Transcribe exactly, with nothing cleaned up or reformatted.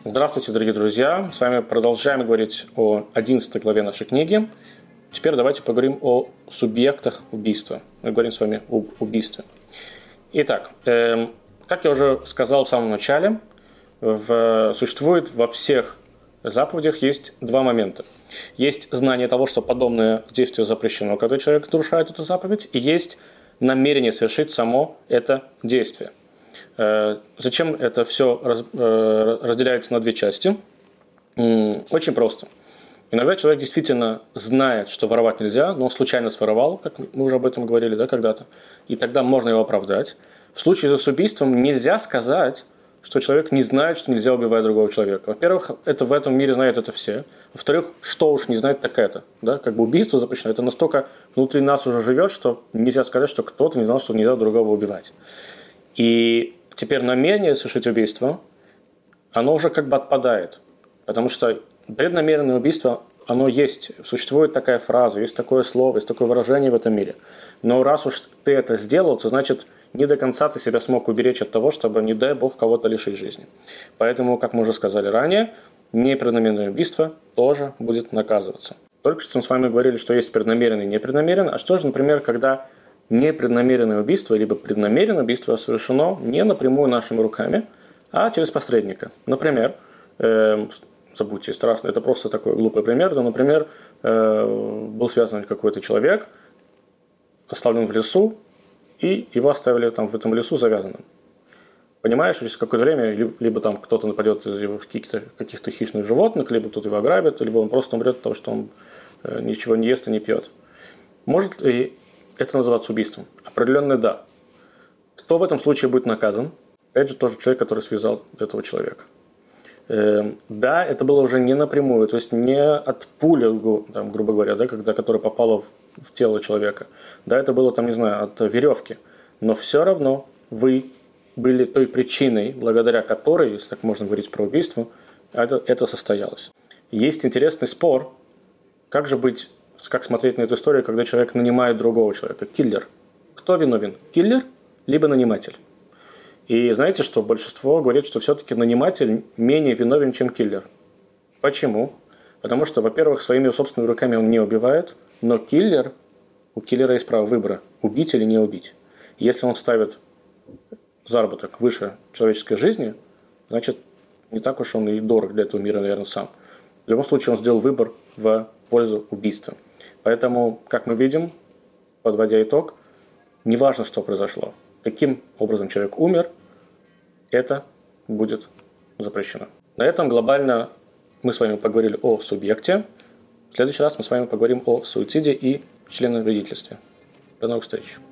Здравствуйте, дорогие друзья! С вами продолжаем говорить о одиннадцатой главе нашей книги. Теперь давайте поговорим о субъектах убийства. Мы говорим с вами об убийстве. Итак, э, как я уже сказал в самом начале, в, существует во всех заповедях есть два момента. Есть знание того, что подобное действие запрещено, когда человек нарушает эту заповедь, и есть намерение совершить само это действие. Зачем это все разделяется на две части? Очень просто. Иногда человек действительно знает, что воровать нельзя, но он случайно своровал, как мы уже об этом говорили, да, когда-то, и тогда можно его оправдать. В случае с убийством нельзя сказать, что человек не знает, что нельзя убивать другого человека. Во-первых, это в этом мире знают это все. Во-вторых, что уж не знает, так это. Да? Как бы убийство запрещено. Это настолько внутри нас уже живет, что нельзя сказать, что кто-то не знал, что нельзя другого убивать. И теперь намерение совершить убийство, оно уже как бы отпадает. Потому что преднамеренное убийство, оно есть. Существует такая фраза, есть такое слово, есть такое выражение в этом мире. Но раз уж ты это сделал, то значит не до конца ты себя смог уберечь от того, чтобы, не дай Бог, кого-то лишить жизни. Поэтому, как мы уже сказали ранее, непреднамеренное убийство тоже будет наказываться. Только что мы с вами говорили, что есть преднамеренное и непреднамеренное. А что же, например, когда непреднамеренное убийство, либо преднамеренное убийство совершено не напрямую нашими руками, а через посредника. Например, э, забудьте, страшно, это просто такой глупый пример, но, например, э, был связан какой-то человек, оставлен в лесу, и его оставили там в этом лесу завязанным. Понимаешь, через какое-то время либо, либо там кто-то нападет из его каких-то, каких-то хищных животных, либо кто-то его ограбит, либо он просто умрет от того, что он э, ничего не ест и не пьет. Может ли это называться убийством? Определенно да. Кто в этом случае будет наказан? Опять же, тоже человек, который связал этого человека. Э, да, это было уже не напрямую, то есть не от пули, там, грубо говоря, да, когда, которая попала в, в тело человека. Да, это было, там, не знаю, от веревки. Но все равно вы были той причиной, благодаря которой, если так можно говорить про убийство, это, это состоялось. Есть интересный спор, как же быть, как смотреть на эту историю, когда человек нанимает другого человека, киллер. Кто виновен? Киллер, либо наниматель? И знаете что? Большинство говорит, что все-таки наниматель менее виновен, чем киллер. Почему? Потому что, во-первых, своими собственными руками он не убивает, но киллер, у киллера есть право выбора, убить или не убить. Если он ставит заработок выше человеческой жизни, значит, не так уж он и дорог для этого мира, наверное, сам. В любом случае, он сделал выбор в пользу убийства. Поэтому, как мы видим, подводя итог, неважно, что произошло, каким образом человек умер, это будет запрещено. На этом глобально мы с вами поговорили о субъекте. В следующий раз мы с вами поговорим о суициде и членовредительстве. До новых встреч!